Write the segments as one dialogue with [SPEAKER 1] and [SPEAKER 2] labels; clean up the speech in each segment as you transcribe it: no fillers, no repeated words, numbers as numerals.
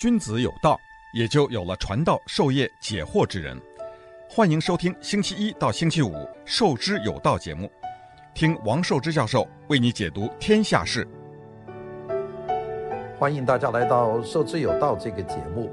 [SPEAKER 1] 君子有道，也就有了传道授业解惑之人。欢迎收听星期一到星期五《授之有道》节目，听王寿之教授为你解读天下事。
[SPEAKER 2] 欢迎大家来到《授之有道》这个节目。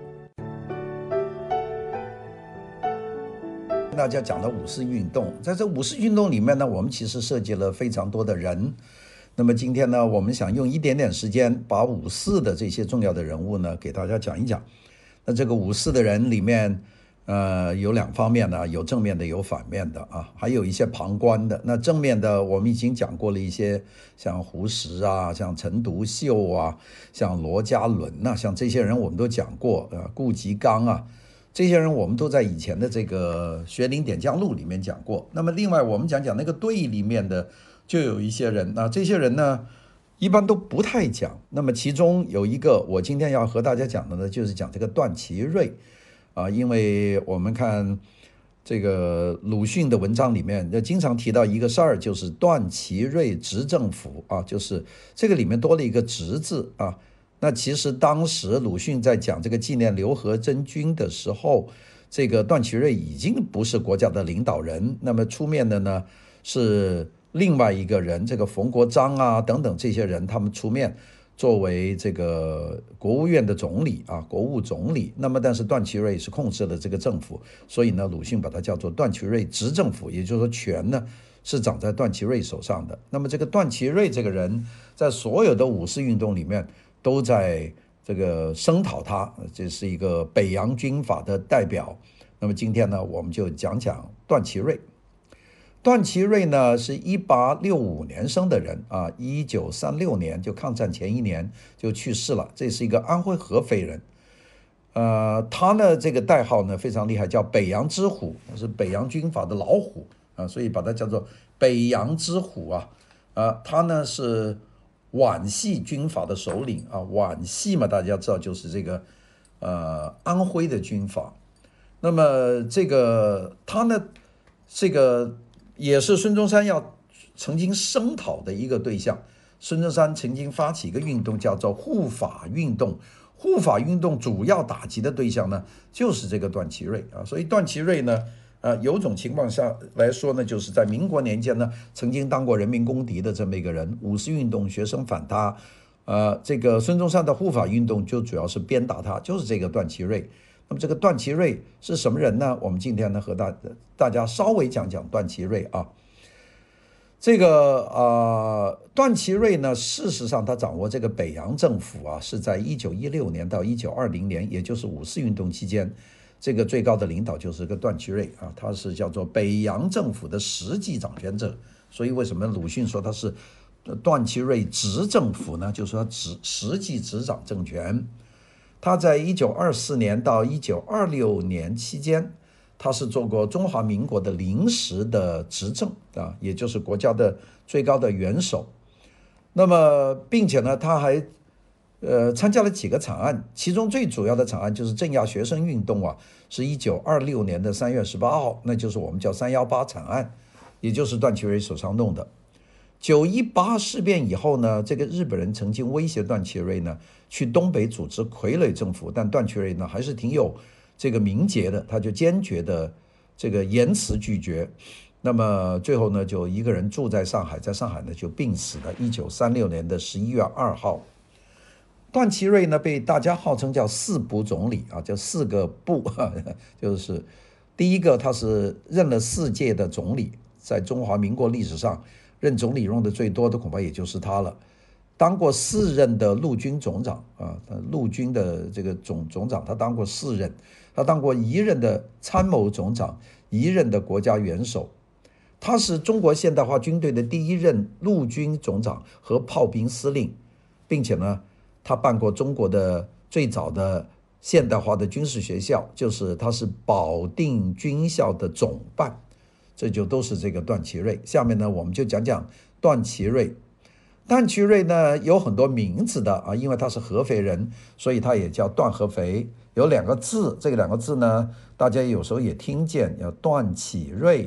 [SPEAKER 2] 跟大家讲了五四运动，在这五四运动里面呢，我们其实涉及了非常多的人。那么今天呢，我们想用一点点时间，把五四的这些重要的人物呢，给大家讲一讲。那这个五四的人里面，有两方面呢，有正面的，有反面的啊，还有一些旁观的。那正面的，我们已经讲过了一些，像胡适啊，像陈独秀啊，像罗家伦啊，像这些人我们都讲过，顾颉刚啊。这些人我们都在以前的这个《学林点将录》里面讲过。那么另外我们讲讲那个队里面的，就有一些人啊，这些人呢一般都不太讲。那么其中有一个我今天要和大家讲的呢，就是讲这个段祺瑞啊，因为我们看这个鲁迅的文章里面经常提到一个事儿，就是段祺瑞执政府啊，就是这个里面多了一个执字啊。那其实当时鲁迅在讲这个纪念刘和珍君的时候，这个段祺瑞已经不是国家的领导人，那么出面的呢是另外一个人，这个冯国璋啊等等这些人，他们出面作为这个国务院的总理啊，国务总理。那么但是段祺瑞是控制了这个政府，所以呢鲁迅把它叫做段祺瑞执政府，也就是说权呢是掌在段祺瑞手上的。那么这个段祺瑞这个人在所有的五四运动里面都在这个声讨他，这是一个北洋军阀的代表。那么今天呢，我们就讲讲段祺瑞。段祺瑞呢是1865年生的人啊，1936年就抗战前一年就去世了。这是一个安徽合肥人。他呢这个代号呢非常厉害，叫北洋之虎，是北洋军阀的老虎啊，所以把它叫做北洋之虎啊。他呢是皖系军阀的首领啊，皖系嘛，大家知道就是这个安徽的军阀。那么这个他呢，这个也是孙中山曾经声讨的一个对象。孙中山曾经发起一个运动，叫做护法运动。护法运动主要打击的对象呢，就是这个段祺瑞啊。所以段祺瑞呢，有种情况下来说呢，就是在民国年间呢，曾经当过人民公敌的这么一个人。五四运动学生反他，这个孙中山的护法运动就主要是鞭打他，就是这个段祺瑞。那么这个段祺瑞是什么人呢？我们今天呢和大家稍微讲讲段祺瑞啊。这个段祺瑞呢，事实上他掌握这个北洋政府啊，是在1916年到1920年，也就是五四运动期间。这个最高的领导就是个段祺瑞啊，他是叫做北洋政府的实际掌权者。所以为什么鲁迅说他是段祺瑞执政府呢？就是说实际执掌政权。他在1924年到1926年期间，他是做过中华民国的临时的执政啊，也就是国家的最高的元首。那么并且呢，他还参加了几个惨案，其中最主要的惨案就是镇压学生运动啊，是1926年的3月18号，那就是我们叫318惨案，也就是段祺瑞手上弄的。918事变以后呢，这个日本人曾经威胁段祺瑞呢去东北组织傀儡政府，但段祺瑞呢还是挺有这个名节的，他就坚决的这个严词拒绝。那么最后呢，就一个人住在上海，在上海呢就病死了。1936年的11月2号，段祺瑞呢被大家号称叫四不总理啊，叫四个不，就是第一个他是任了4届的总理，在中华民国历史上任总理用的最多的恐怕也就是他了。当过4任的陆军总长啊，陆军的这个总长他当过4任，他当过1任的参谋总长，1任的国家元首。他是中国现代化军队的第1任陆军总长和炮兵司令，并且呢他办过中国的最早的现代化的军事学校，就是他是保定军校的总办。这就都是这个段祺瑞。下面呢我们就讲讲段祺瑞。段祺瑞呢有很多名字的啊，因为他是合肥人，所以他也叫段合肥。有2个字，这个2个字呢大家有时候也听见，叫段祺瑞、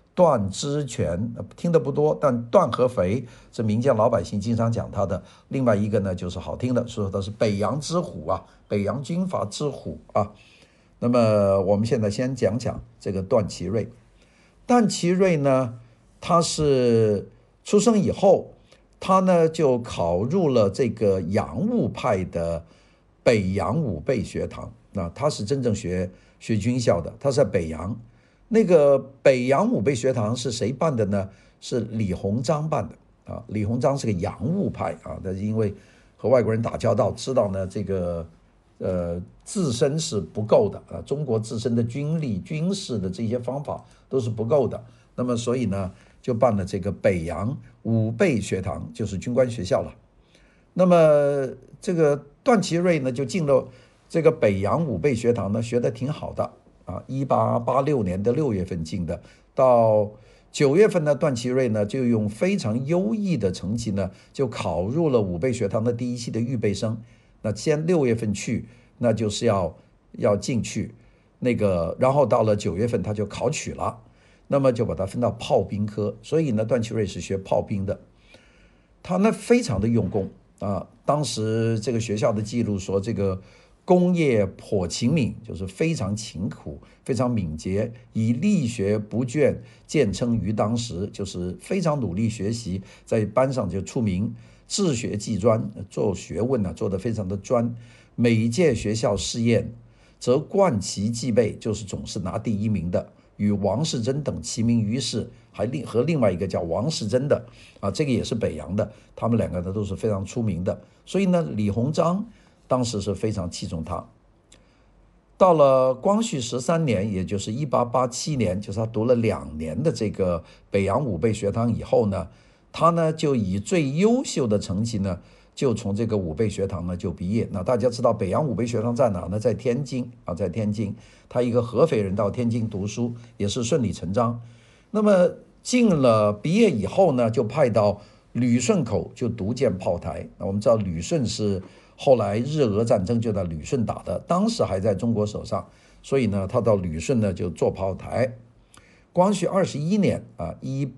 [SPEAKER 2] 段之权，听得不多，但段合肥是民间老百姓经常讲他的。另外一个呢，就是好听的，说他是北洋之虎啊，北洋军阀之虎啊。那么我们现在先讲讲这个段祺瑞。段祺瑞呢，他是出生以后，他呢就考入了这个洋务派的北洋武备学堂。那他是真正学军校的，他是在北洋。那个北洋武备学堂是谁办的呢？是李鸿章办的啊。李鸿章是个洋务派啊，但是因为和外国人打交道，知道呢这个自身是不够的啊，中国自身的军力、军事的这些方法都是不够的。那么所以呢，就办了这个北洋武备学堂，就是军官学校了。那么这个段祺瑞呢，就进了这个北洋武备学堂呢，学得挺好的。1886年的6月份进的，到9月份呢，段祺瑞呢就用非常优异的成绩呢，就考入了武备学堂的第一期的预备生。那先6月份去，那就是要进去，那个然后到了9月份他就考取了，那么就把他分到炮兵科。所以呢，段祺瑞是学炮兵的，他呢非常的用功啊。当时这个学校的记录说，这个功业颇勤敏，就是非常勤苦，非常敏捷，以力学不倦见称于当时，就是非常努力学习，在班上就出名，治学既专，做学问呢做得非常的专。每届学校试验，则冠旗既备，就是总是拿第1名的，与王士祯等齐名于世，还和另外一个叫王士祯的啊，这个也是北洋的，他们2个呢都是非常出名的。所以呢，李鸿章当时是非常器重他。到了光绪13年，也就是1887年，就是他读了2年的这个北洋武备学堂以后呢，他呢就以最优秀的成绩呢，就从这个武备学堂呢就毕业。那大家知道北洋武备学堂在哪呢？在天津啊，在天津。他一个合肥人到天津读书，也是顺理成章。那么毕业以后呢，就派到旅顺口就独建炮台。那我们知道旅顺是后来日俄战争就在旅顺打的，当时还在中国手上，所以呢，他到旅顺呢就做炮台。光绪21年啊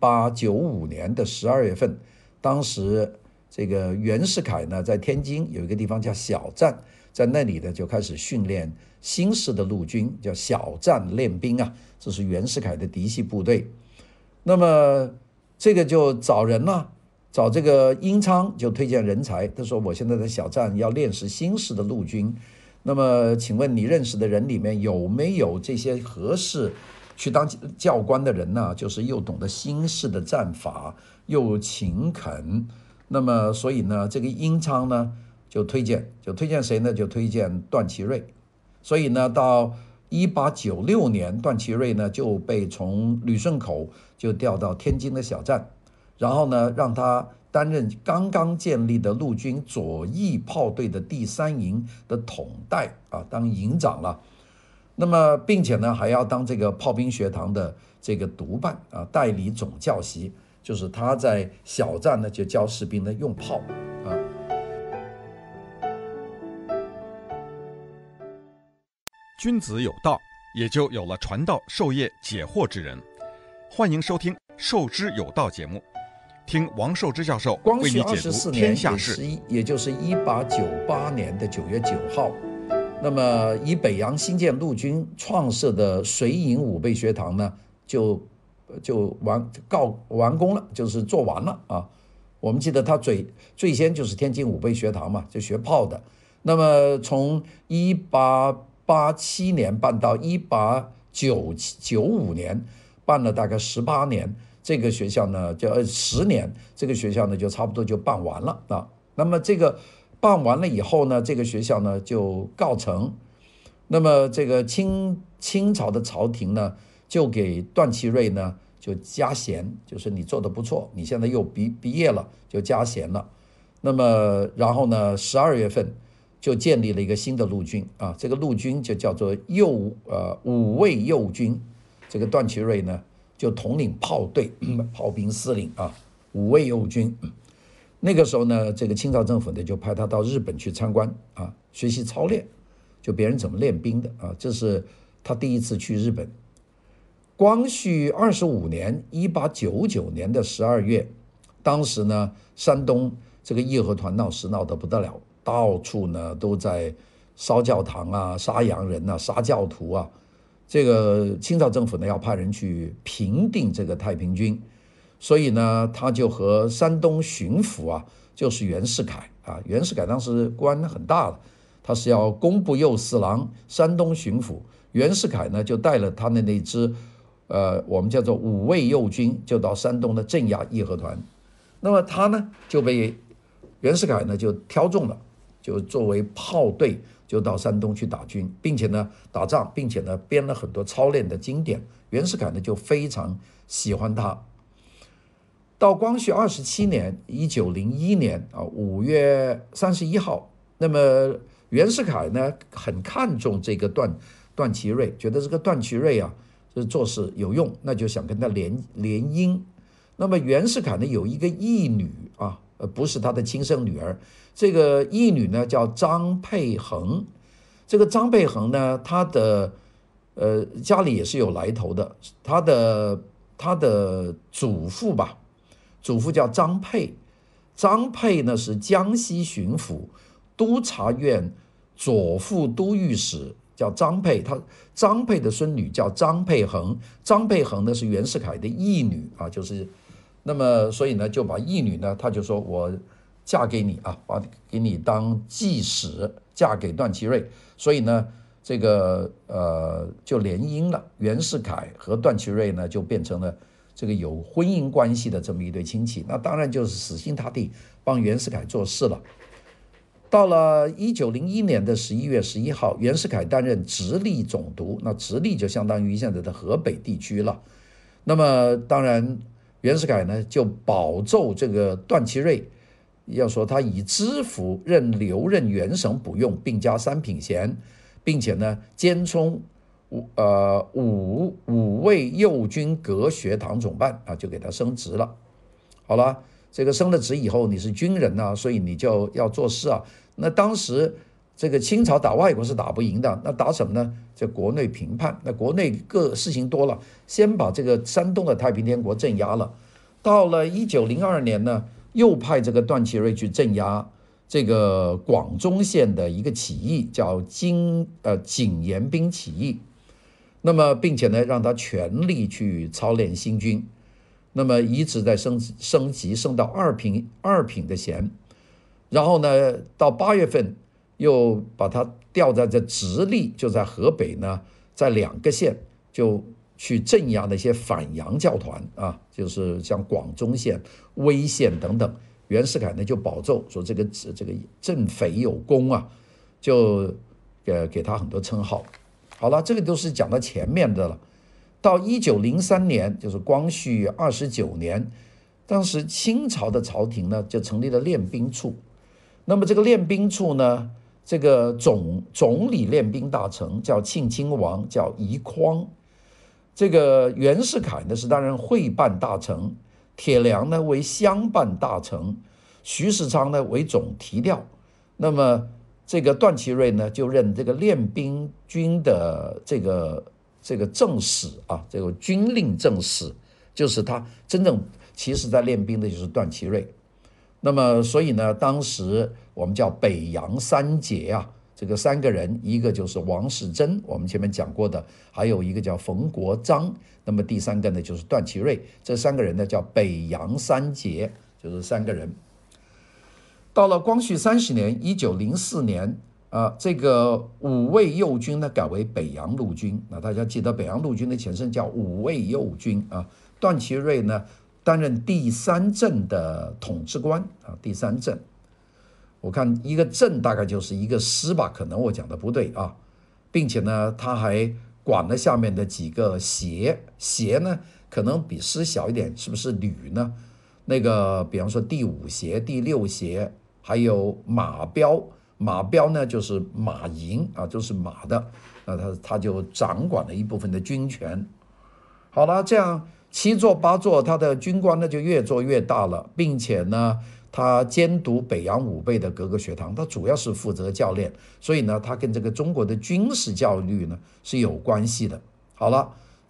[SPEAKER 2] ，1895年的12月份，当时这个袁世凯呢在天津有一个地方叫小站，在那里呢就开始训练新式的陆军，叫小站练兵啊，这是袁世凯的嫡系部队。那么这个就找人了。找这个英昌就推荐人才，他说我现在在小站要练识新式的陆军，那么请问你认识的人里面有没有这些合适去当教官的人呢？就是又懂得新式的战法，又勤恳。那么所以呢，这个英昌呢就推荐谁呢？就推荐段祺瑞。所以呢，到1896年，段祺瑞呢就被从旅顺口就调到天津的小站。然后呢，让他担任刚刚建立的陆军左翼炮队的第3营的统带啊，当营长了。那么，并且呢，还要当这个炮兵学堂的这个督办啊，代理总教习，就是他在小站呢就教士兵呢用炮啊。
[SPEAKER 1] 君子有道，也就有了传道授业解惑之人。欢迎收听《授之有道》节目。听王寿之教授为你解读天下事。
[SPEAKER 2] 也就是1898年的9月9号，那么以北洋新建陆军创设的水营武备学堂呢，就完工了，就是做完了啊。我们记得他最先就是天津武备学堂嘛，就学炮的。那么从1887年办到1895年，办了大概18年。这个学校呢，就10年，这个学校呢就差不多就办完了啊。那么这个办完了以后呢，这个学校呢就告成。那么这个清朝的朝廷呢，就给段祺瑞呢就加衔，就是你做得不错，你现在又毕业了，就加衔了。那么然后呢，12月份就建立了一个新的陆军啊，这个陆军就叫做武卫右军。这个段祺瑞呢，就统领炮队，炮兵司令啊，武卫右军。那个时候呢，这个清朝政府呢就派他到日本去参观啊，学习操练，就别人怎么练兵的啊，这是他第一次去日本。 光绪25年1899年的12月，当时呢，山东这个义和团闹事闹得不得了，到处呢都在烧教堂啊、杀洋人啊、杀教徒啊。这个清朝政府呢要派人去平定这个太平军，所以呢他就和山东巡抚啊，就是袁世凯啊，袁世凯当时官很大了，他是要工部右侍郎、山东巡抚。袁世凯呢就带了他的那支我们叫做五味右军，就到山东的镇压义和团。那么他呢就被袁世凯呢就挑中了，就作为炮队就到山东去打军，并且呢打仗，并且呢编了很多操练的经典。袁世凯呢就非常喜欢他。到光绪27年1901年5月31号，那么袁世凯呢很看重这个段祺瑞，觉得这个段祺瑞啊做事有用，那就想跟他联姻。那么袁世凯呢有一个义女啊，不是他的亲生女儿，这个义女呢叫张佩衡。这个张佩衡呢，她的家里也是有来头的，她的祖父吧，祖父叫张佩，张佩呢是江西巡抚、督察院左副都御史，叫张佩。张佩的孙女叫张佩衡，张佩衡呢是袁世凯的义女啊，就是那么所以呢就把义女呢，他就说我嫁给你啊，给你当继室，嫁给段祺瑞，所以呢这个就联姻了。袁世凯和段祺瑞呢就变成了这个有婚姻关系的这么一对亲戚，那当然就是死心塌地帮袁世凯做事了。到了1901年的11月11号，袁世凯担任直隶总督，那直隶就相当于现在的河北地区了。那么当然袁世凯呢就保奏这个段祺瑞，要说他以知府留任原省补用，并加3品衔，并且呢兼充五味右军阁学堂总办啊，就给他升职了。好了，这个升了职以后，你是军人啊，所以你就要做事啊。那当时这个清朝打外国是打不赢的，那打什么呢？在国内平叛，那国内各事情多了，先把这个山东的太平天国镇压了。到了1902年呢，又派这个段祺瑞去镇压这个广中县的一个起义，叫景延兵起义。那么并且呢让他全力去操练新军，那么一直在升级，升到二品的衔。然后呢到8月份又把他调在这直隶，就在河北呢，在2个县就去镇压那些反洋教团啊，就是像广中县、威县等等。袁世凯呢就保奏说这个镇匪有功啊，就给他很多称号。好了，这个都是讲到前面的了。到1903年，就是光绪29年，当时清朝的朝廷呢就成立了练兵处。那么这个练兵处呢，这个总理练兵大臣叫庆亲王，叫宜匡。这个袁世凯呢是担任会办大臣，铁良呢为乡办大臣，徐世昌呢为总提调。那么这个段祺瑞呢就任这个练兵军的这个正史啊，这个军令正史，就是他真正其实在练兵的就是段祺瑞。那么所以呢当时我们叫北洋三杰啊，这个3个人，一个就是王士祯，我们前面讲过的，还有一个叫冯国璋，那么第3个呢就是段祺瑞，这3个人呢叫北洋三杰，就是3个人。到了光绪30年1904年这个五味右军呢改为北洋陆军，那大家记得北洋陆军的前身叫五味右军啊。段祺瑞呢担任第3镇的统治官啊，第3镇，我看一个镇大概就是一个师吧，可能我讲的不对啊，并且呢他还管了下面的几个协呢可能比师小一点，是不是旅呢？那个比方说第5协、第6协，还有马标呢就是马营啊，就是马的，那他就掌管了一部分的军权。好了，这样7座8座，他的军官呢就越做越大了，并且呢他监督北洋武备的各个学堂，他主要是负责教练，所以呢他跟这个中国的军事教育呢是有关系的。好了，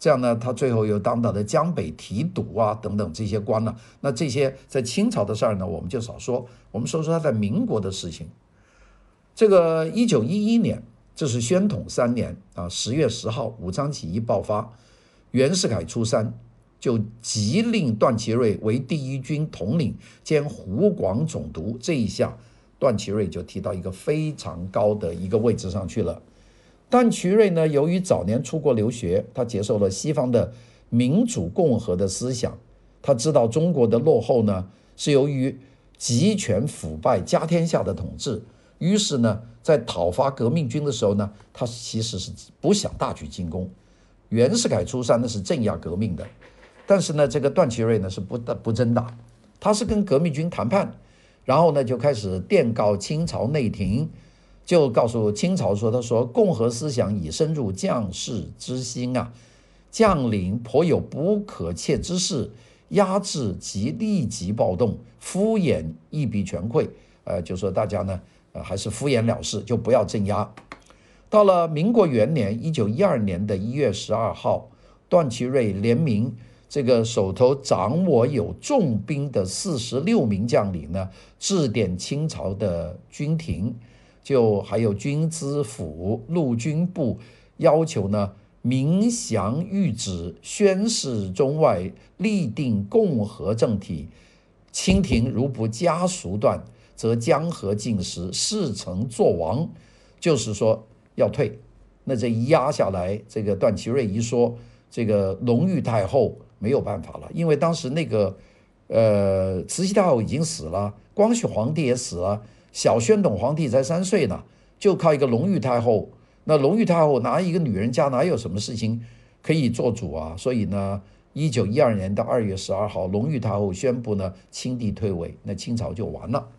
[SPEAKER 2] 这样呢，他最后又当到了江北提督啊等等这些官了。那这些在清朝的事儿呢，我们就少说，我们说说他在民国的事情。这个1911年，这是宣统3年啊，10月10号，武昌起义爆发，袁世凯出山，就急令段祺瑞为第一军统领兼湖广总督。这一下，段祺瑞就提到一个非常高的一个位置上去了。段祺瑞呢，由于早年出国留学，他接受了西方的民主共和的思想，他知道中国的落后呢是由于集权腐败家天下的统治，于是呢，在讨伐革命军的时候呢，他其实是不想大举进攻。袁世凯出山呢是镇压革命的，但是呢，这个段祺瑞呢是不真打，他是跟革命军谈判，然后呢就开始电告清朝内廷。就告诉清朝说，他说共和思想已深入将士之心啊，将领颇有不可切之事，压制及立即暴动，敷衍亦必全溃。就说大家呢，还是敷衍了事，就不要镇压。到了民国元年1912年的1月12号，段祺瑞联名这个手头掌握有重兵的46名将领呢，致电清朝的军庭。就还有军资府、陆军部，要求呢明降谕旨，宣示中外，立定共和政体。清廷如不加赎断，则江河尽时，事成作亡。就是说要退。那这一压下来，这个段祺瑞一说，这个隆裕太后没有办法了，因为当时那个慈禧太后已经死了，光绪皇帝也死了。小宣统皇帝才3岁呢，就靠一个隆裕太后。那隆裕太后拿一个女人家哪有什么事情可以做主啊？所以呢，1912年的2月12号，隆裕太后宣布呢清帝退位，那清朝就完了。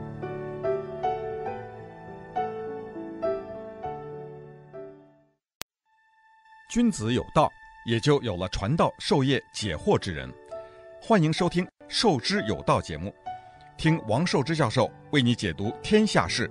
[SPEAKER 1] 君子有道，也就有了传道授业解惑之人。欢迎收听《授之有道》节目。听王寿之教授为你解读天下事。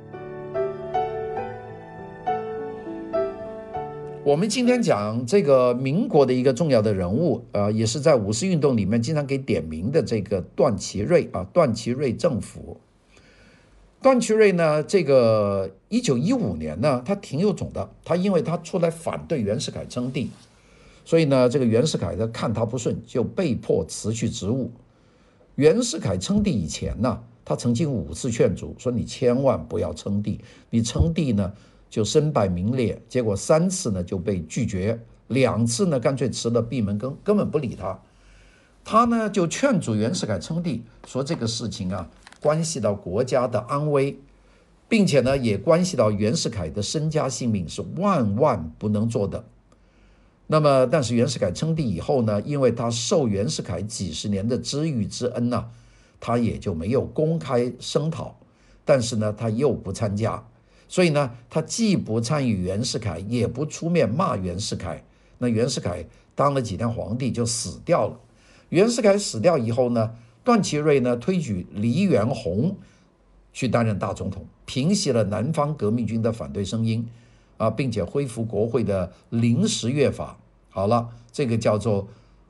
[SPEAKER 2] 我们今天讲这个民国的一个重要的人物，也是在五四运动里面经常给点名的这个段祺瑞啊，段祺瑞政府。段祺瑞呢，这个1915年呢，他挺有种的，他因为他出来反对袁世凯称帝，所以呢，这个袁世凯呢看他不顺，就被迫辞去职务。袁世凯称帝以前呢，他曾经5次劝阻，说你千万不要称帝，你称帝呢就身败名裂。结果3次呢就被拒绝，2次呢干脆辞了闭门羹，根本不理他。他呢就劝阻袁世凯称帝，说这个事情啊关系到国家的安危，并且呢也关系到袁世凯的身家性命，是万万不能做的。那么但是袁世凯称帝以后呢，因为他受袁世凯几十年的知遇之恩呢，他也就没有公开声讨，但是呢他又不参加，所以呢他既不参与袁世凯，也不出面骂袁世凯。那袁世凯当了几天皇帝就死掉了。袁世凯死掉以后呢，段祺瑞呢推举黎元洪去担任大总统，平息了南方革命军的反对声音并且恢复国会的临时乐法。好了，这个叫做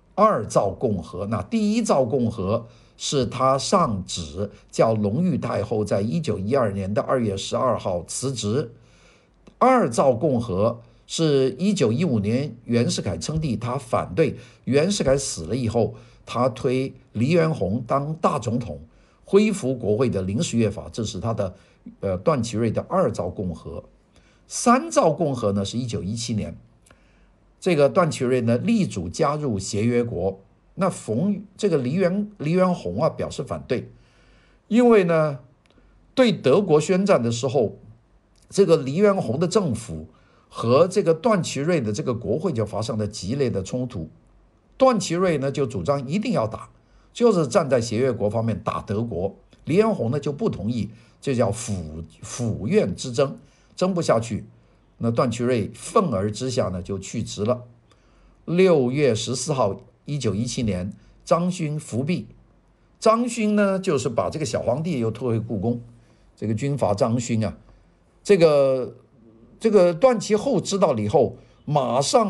[SPEAKER 2] 2造共和。那第1造共和是他上旨叫隆裕太后在1912年的2月12号辞职。2造共和是1915年袁世凯称帝，他反对，袁世凯死了以后，他推黎元洪当大总统，恢复国会的临时乐法，这是他的段祺瑞的2造共和。3造共和呢是1917年，这个段祺瑞呢力主加入协约国。那这个黎元洪表示反对，因为呢对德国宣战的时候，这个黎元洪的政府和这个段祺瑞的这个国会就发生了激烈的冲突。段祺瑞呢就主张一定要打，就是站在协约国方面打德国。黎元洪呢就不同意，这叫府院之争，争不下去。那段祺瑞愤而之下呢就去职了。6月14号1917年，张勋复辟。张勋呢就是把这个小皇帝又拖回故宫，这个军阀张勋这个段祺后知道了以后，马上呢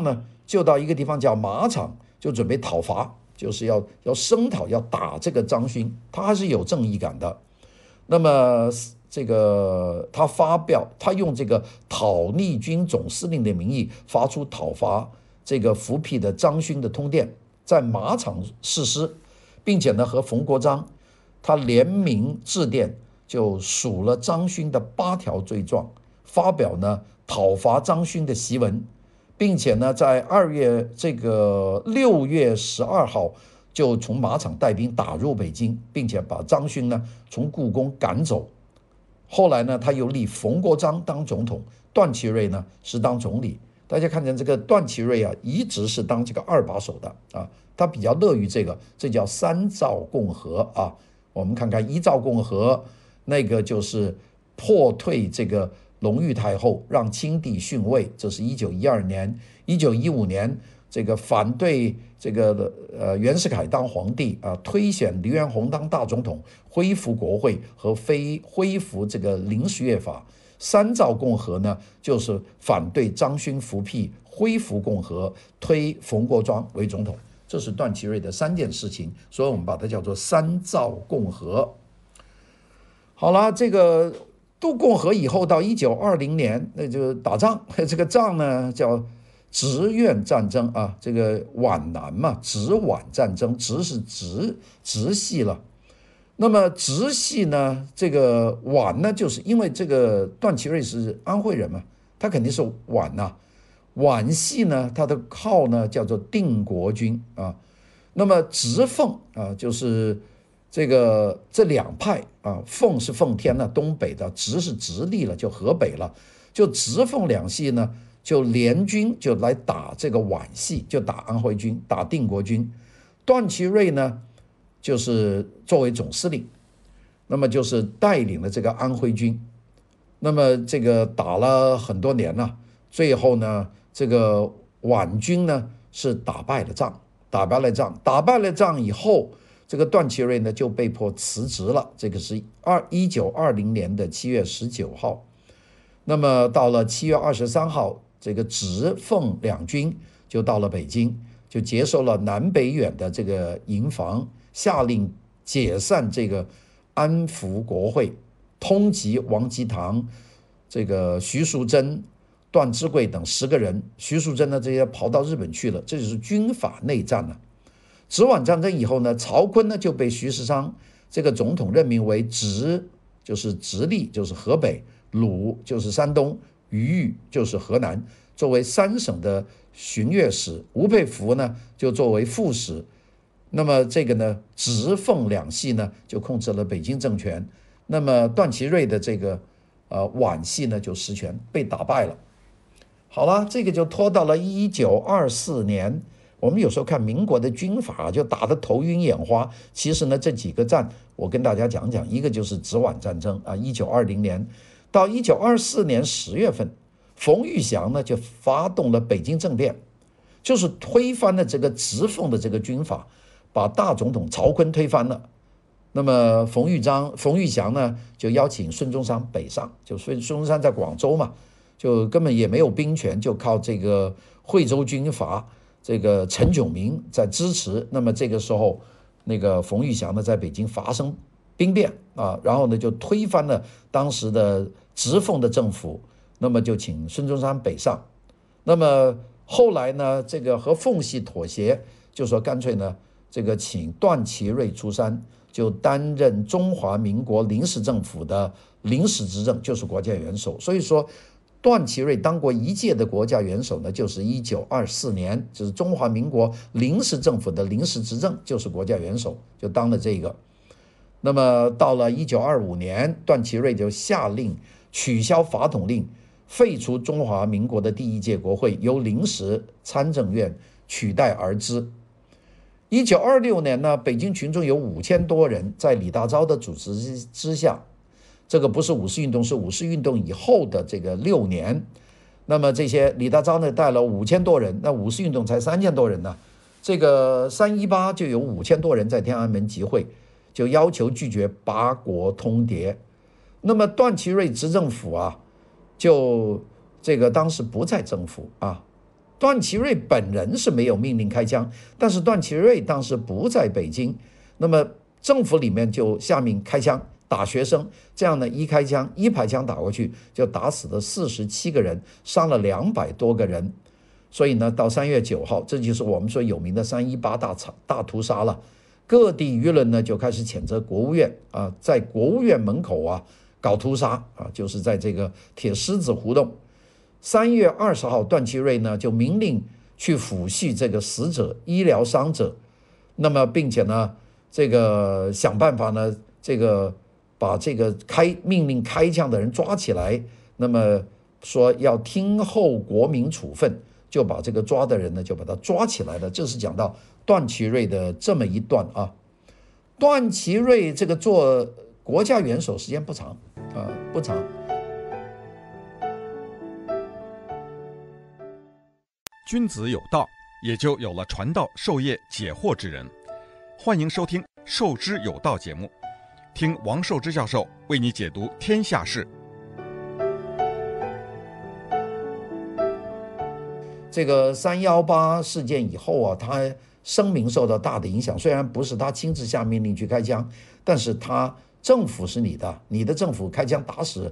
[SPEAKER 2] 就到一个地方叫马场，就准备讨伐，就是要声讨，要打这个张勋，他还是有正义感的。那么这个他用这个讨逆军总司令的名义发出讨伐这个复辟的张勋的通电，在马场誓师，并且呢和冯国璋他联名致电，就数了张勋的8条罪状，发表呢讨伐张勋的檄文，并且呢在6月12号就从马场带兵打入北京，并且把张勋呢从故宫赶走。后来呢他又立冯国璋当总统，段祺瑞呢是当总理。大家看见这个段祺瑞啊，一直是当这个2把手的啊，他比较乐于这叫3诏共和啊。我们看看1诏共和，那个就是破退这个隆裕太后，让清帝逊位，这是1912年。1915年这个反对这个袁世凯当皇帝啊，推选黎元洪当大总统，恢复国会和恢复这个临时乐法。3诏共和呢，就是反对张勋复辟，恢复共和，推冯国璋为总统。这是段祺瑞的3件事情，所以我们把它叫做3诏共和。好了，这个杜共和以后到1920年，那就打仗，这个仗呢叫直皖战争啊，这个皖南嘛，直皖战争，直是直系了。那么直系呢，这个皖呢，就是因为这个段祺瑞是安徽人嘛，他肯定是皖呐。皖系呢，他的号呢叫做定国军啊。那么直奉啊，就是这2派啊，奉是奉天了，东北的；直是直隶了，就河北了。就直奉2系呢，就联军就来打这个皖系，就打安徽军，打定国军。段祺瑞呢，就是作为总司令，那么就是带领了这个安徽军。那么这个打了很多年了，最后呢，这个皖军呢是打败了仗以后，这个段祺瑞呢就被迫辞职了。这个是1920年的7月19号。那么到了7月23号，这个直奉2军就到了北京，就接收了南北远的这个营房，下令解散这个安福国会，通缉王吉堂、这个徐树铮、段芝贵等10个人。徐树铮呢，这些跑到日本去了，这就是军阀内战了。直皖战争以后呢，曹锟呢就被徐世昌这个总统任命为直，就是直隶，就是河北；鲁就是山东；豫就是河南，作为3省的巡阅使。吴佩孚呢就作为副使。那么这个呢，直奉2系呢就控制了北京政权。那么段祺瑞的这个皖系呢就实权，被打败了。好了，这个就拖到了1924年。我们有时候看民国的军阀就打得头晕眼花，其实呢这几个战我跟大家讲讲。一个就是直皖战争啊，1920年到1924年10月份，冯玉祥呢就发动了北京政变，就是推翻了这个直奉的这个军阀，把大总统曹锟推翻了。那么冯玉祥呢就邀请孙中山北上，就孙中山在广州嘛，就根本也没有兵权，就靠这个惠州军阀这个陈炯明在支持。那么这个时候，那个冯玉祥呢在北京发生兵变啊，然后呢就推翻了当时的直奉的政府，那么就请孙中山北上。那么后来呢，这个和奉系妥协，就说干脆呢，这个请段祺瑞出山，就担任中华民国临时政府的临时执政，就是国家元首。所以说段祺瑞当过1届的国家元首呢，就是1924年，就是中华民国临时政府的临时执政，就是国家元首，就当了这个。那么到了1925年，段祺瑞就下令取消法统令，废除中华民国的第1届国会，由临时参政院取代而之。1926年呢，北京群众有5000多人，在李大钊的主持之下，这个不是五四运动，是五四运动以后的这个6年。那么这些李大钊呢带了5000多人，那五四运动才3000多人呢。这个318就有5000多人在天安门集会，就要求拒绝8国通牒。那么段祺瑞执政府啊，就这个当时不在政府啊， 段祺瑞本人是没有命令开枪，但是段祺瑞当时不在北京，那么政府里面就下命开枪打学生，这样呢一开枪一排枪打过去，就打死了47个人，伤了200多个人。所以呢，到3月9号，这就是我们说有名的318大屠杀了。各地舆论呢就开始谴责国务院啊，在国务院门口啊搞屠杀啊，就是在这个铁狮子胡同。3月20号，段祺瑞呢就明令去抚恤这个死者、医疗伤者，那么并且呢，这个想办法呢，这个把这个命令开枪的人抓起来，那么说要听候国民处分，就把这个抓的人呢就把他抓起来了。这是讲到段祺瑞的这么一段啊。段祺瑞这个做国家元首时间不长啊，不长。
[SPEAKER 1] 君子有道，也就有了传道授业解惑之人。欢迎收听《授之有道》节目，听王寿之教授为你解读天下事。
[SPEAKER 2] 这个318事件以后啊，他声名受到大的影响。虽然不是他亲自下命令去开枪，但是他政府是你的政府开枪打死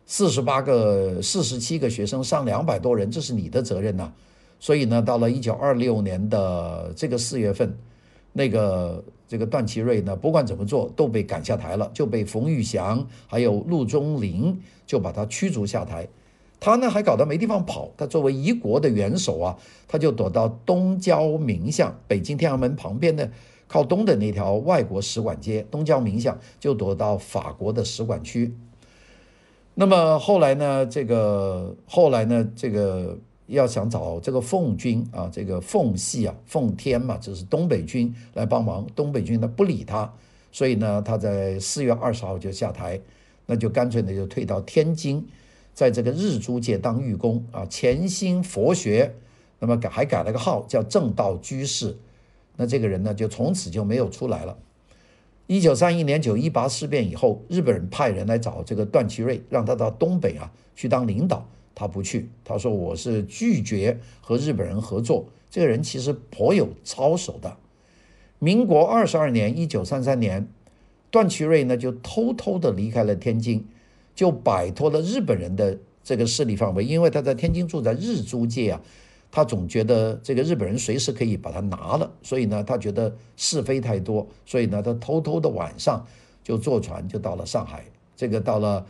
[SPEAKER 2] 47个学生，伤200多人，这是你的责任呐。所以呢，到了1926年的这个4月份，这个段祺瑞呢，不管怎么做都被赶下台了，就被冯玉祥还有陆中麟就把他驱逐下台。他呢还搞得没地方跑，他作为一国的元首啊，他就躲到东交民巷，北京天安门旁边的靠东的那条外国使馆街，东交民巷，就躲到法国的使馆区。那么后来呢，这个要想找这个奉军啊，这个奉系啊，奉天嘛，这是东北军来帮忙，东北军呢不理他，所以呢他在4月20号就下台，那就干脆呢就退到天津，在这个日租界当寓工啊，潜心佛学，那么还改了个号叫正道居士。那这个人呢就从此就没有出来了。1931年918事变以后，日本人派人来找这个段祺瑞，让他到东北啊去当领导，他不去，他说我是拒绝和日本人合作。这个人其实颇有操守的。民国22年1933年，段祺瑞呢就偷偷的离开了天津，就摆脱了日本人的这个势力范围，因为他在天津住在日租界啊，他总觉得这个日本人随时可以把他拿了，所以呢他觉得是非太多，所以呢他偷偷的晚上就坐船就到了上海。这个到了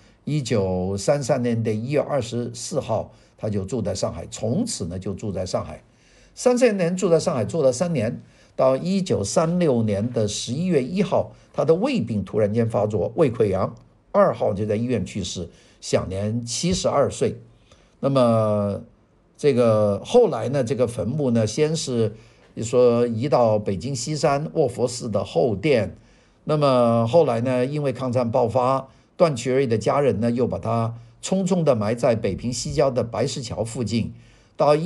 [SPEAKER 2] 1933年的1月24号，他就住在上海，从此呢就住在上海。33年住在上海住了3年，到1936年的11月1号，他的胃病突然间发作，胃溃疡，2号就在医院去世，享年72岁。那么这个后来呢，这个坟墓呢，先是说移到北京西山卧佛寺的后殿，那么后来呢，因为抗战爆发，段祺瑞的家人呢又把他匆匆的埋在北平西郊的白石桥附近。到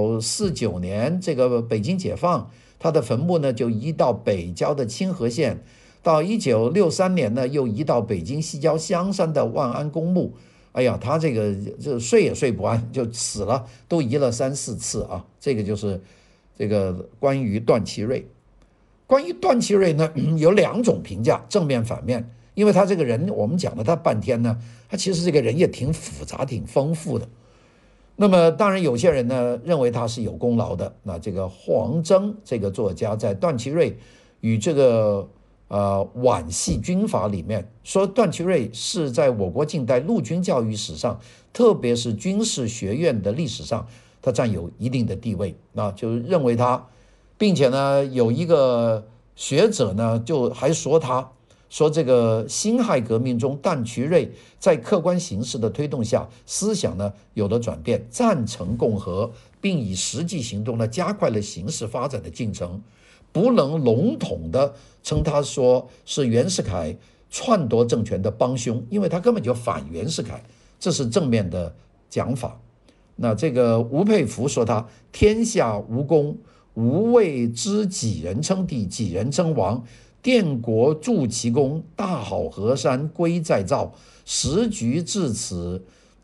[SPEAKER 2] 1949年这个北京解放，他的坟墓呢就移到北郊的清河县。到1963年呢，又移到北京西郊香山的万安公墓。哎呀，他这睡也睡不安，就死了，都移了3、4次啊。这个就是这个关于段祺瑞。关于段祺瑞呢，有2种评价，正面反面。因为他这个人，我们讲了他半天呢，他其实这个人也挺复杂、挺丰富的。那么当然有些人呢认为他是有功劳的。那这个黄征这个作家在段祺瑞与这个皖系军阀里面说，段祺瑞是在我国近代陆军教育史上，特别是军事学院的历史上，他占有一定的地位。那就认为他，并且呢有一个学者呢就还说这个辛亥革命中，段祺瑞在客观形势的推动下，思想呢有了转变，赞成共和，并以实际行动呢加快了形势发展的进程。不能笼统的称他说是袁世凯篡夺政权的帮凶，因为他根本就反袁世凯，这是正面的讲法。那这个吴佩孚说他天下无功，无谓知几人称帝，几人称王。奠国筑其功，大好河山归再造。时局至此，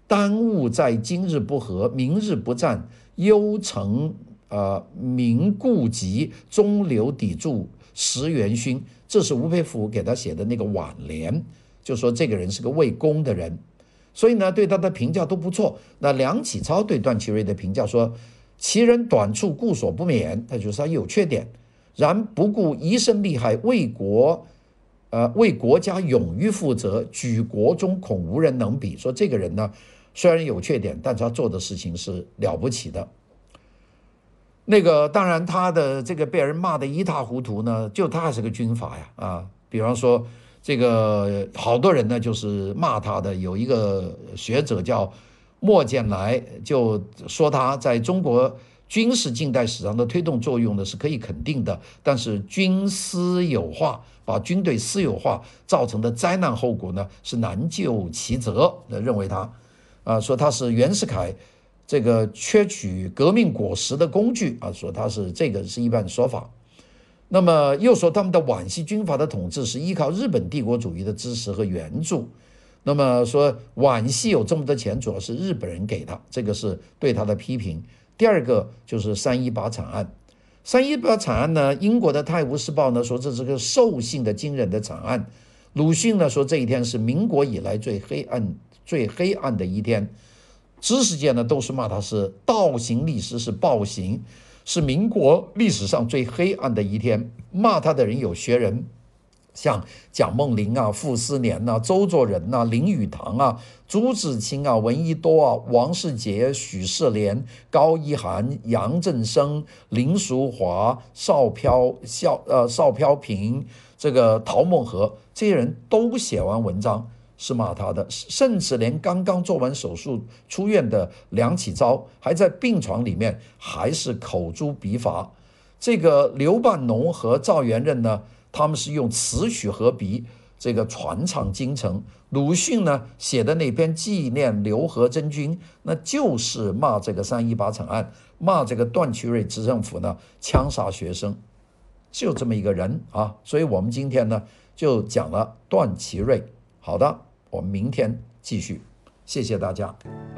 [SPEAKER 2] 耽误在今日不和，明日不战，忧成民顾及，中流砥柱，石元勋。这是吴佩孚给他写的那个挽联，就说这个人是个为公的人，所以呢对他的评价都不错。那梁启超对段祺瑞的评价说，其人短处故所不免，他就是他有缺点，然不顾一生利害，为国家勇于负责，举国中恐无人能比。说这个人呢虽然有缺点，但是他做的事情是了不起的。那个当然他的这个被人骂得一塌糊涂呢，就他还是个军阀呀比方说这个好多人呢就是骂他的，有一个学者叫莫建来，就说他在中国军事近代史上的推动作用呢是可以肯定的，但是军私有化，把军队私有化造成的灾难后果呢是难就其责。认为他说他是袁世凯这个攫取革命果实的工具说他是这个是一般说法。那么又说他们的皖系军阀的统治是依靠日本帝国主义的支持和援助，那么说皖系有这么多钱主要是日本人给他，这个是对他的批评。第二个就是318惨案。318惨案呢，英国的《泰晤士报》呢说这是个兽性的惊人的惨案，鲁迅呢说这一天是民国以来最黑暗的一天，知识界呢都是骂他是倒行逆施，是暴行，是民国历史上最黑暗的一天。骂他的人有学人，像蒋梦麟傅斯年周作人林语堂朱自清闻一多王世杰、许世莲、高一涵、杨振声、林淑华、邵飘萍、这个陶孟和，这些人都写完文章是骂他的，甚至连刚刚做完手术出院的梁启超还在病床里面还是口诛笔伐。这个刘半农和赵元任呢，他们是用词曲和笔这个传唱京城。鲁迅呢写的那篇纪念刘和珍君，那就是骂这个318惨案，骂这个段祺瑞执政府呢枪杀学生，就这么一个人所以我们今天呢就讲了段祺瑞。好的，我们明天继续，谢谢大家。